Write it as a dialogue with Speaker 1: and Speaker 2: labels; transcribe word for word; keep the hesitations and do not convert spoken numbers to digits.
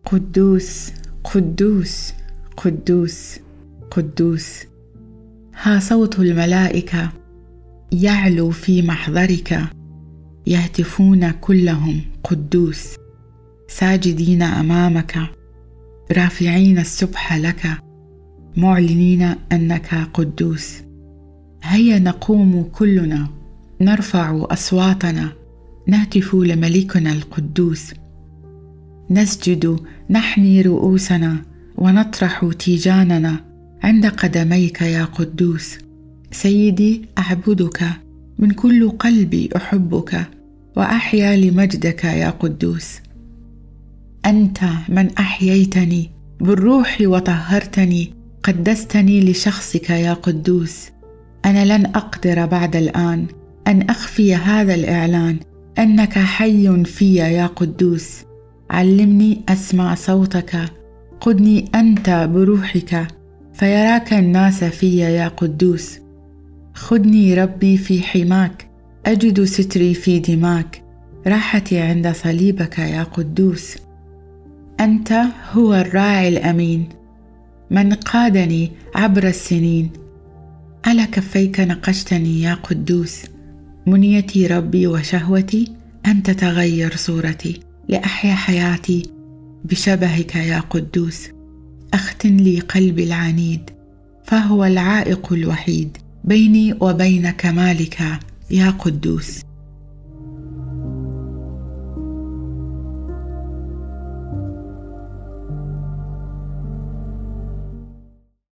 Speaker 1: قدوس قدوس قدوس قدوس. ها صوت الملائكة يعلو في محضرك، يهتفون كلهم قدوس، ساجدين أمامك، رافعين السبح لك، معلنين أنك قدوس. هيا نقوم كلنا نرفع أصواتنا، نهتف لملكنا القدوس، نسجد نحني رؤوسنا ونطرح تيجاننا عند قدميك يا قدوس. سيدي أعبدك من كل قلبي، أحبك وأحيا لمجدك يا قدوس. أنت من أحييتني بالروح وطهرتني، قدستني لشخصك يا قدوس. أنا لن أقدر بعد الآن أن أخفي هذا الإعلان أنك حي في يا قدوس. علمني أسمع صوتك، قدني أنت بروحك فيراك الناس في يا قدوس. خذني ربي في حماك، أجد ستري في دماك، راحتي عند صليبك يا قدوس. أنت هو الراعي الأمين من قادني عبر السنين، على كفيك نقشتني يا قدوس. منيتي ربي وشهوتي أن تتغير صورتي، لأحيا حياتي بشبهك يا قدوس. أختن لي قلبي العنيد، فهو العائق الوحيد بيني وبين كمالك يا قدوس.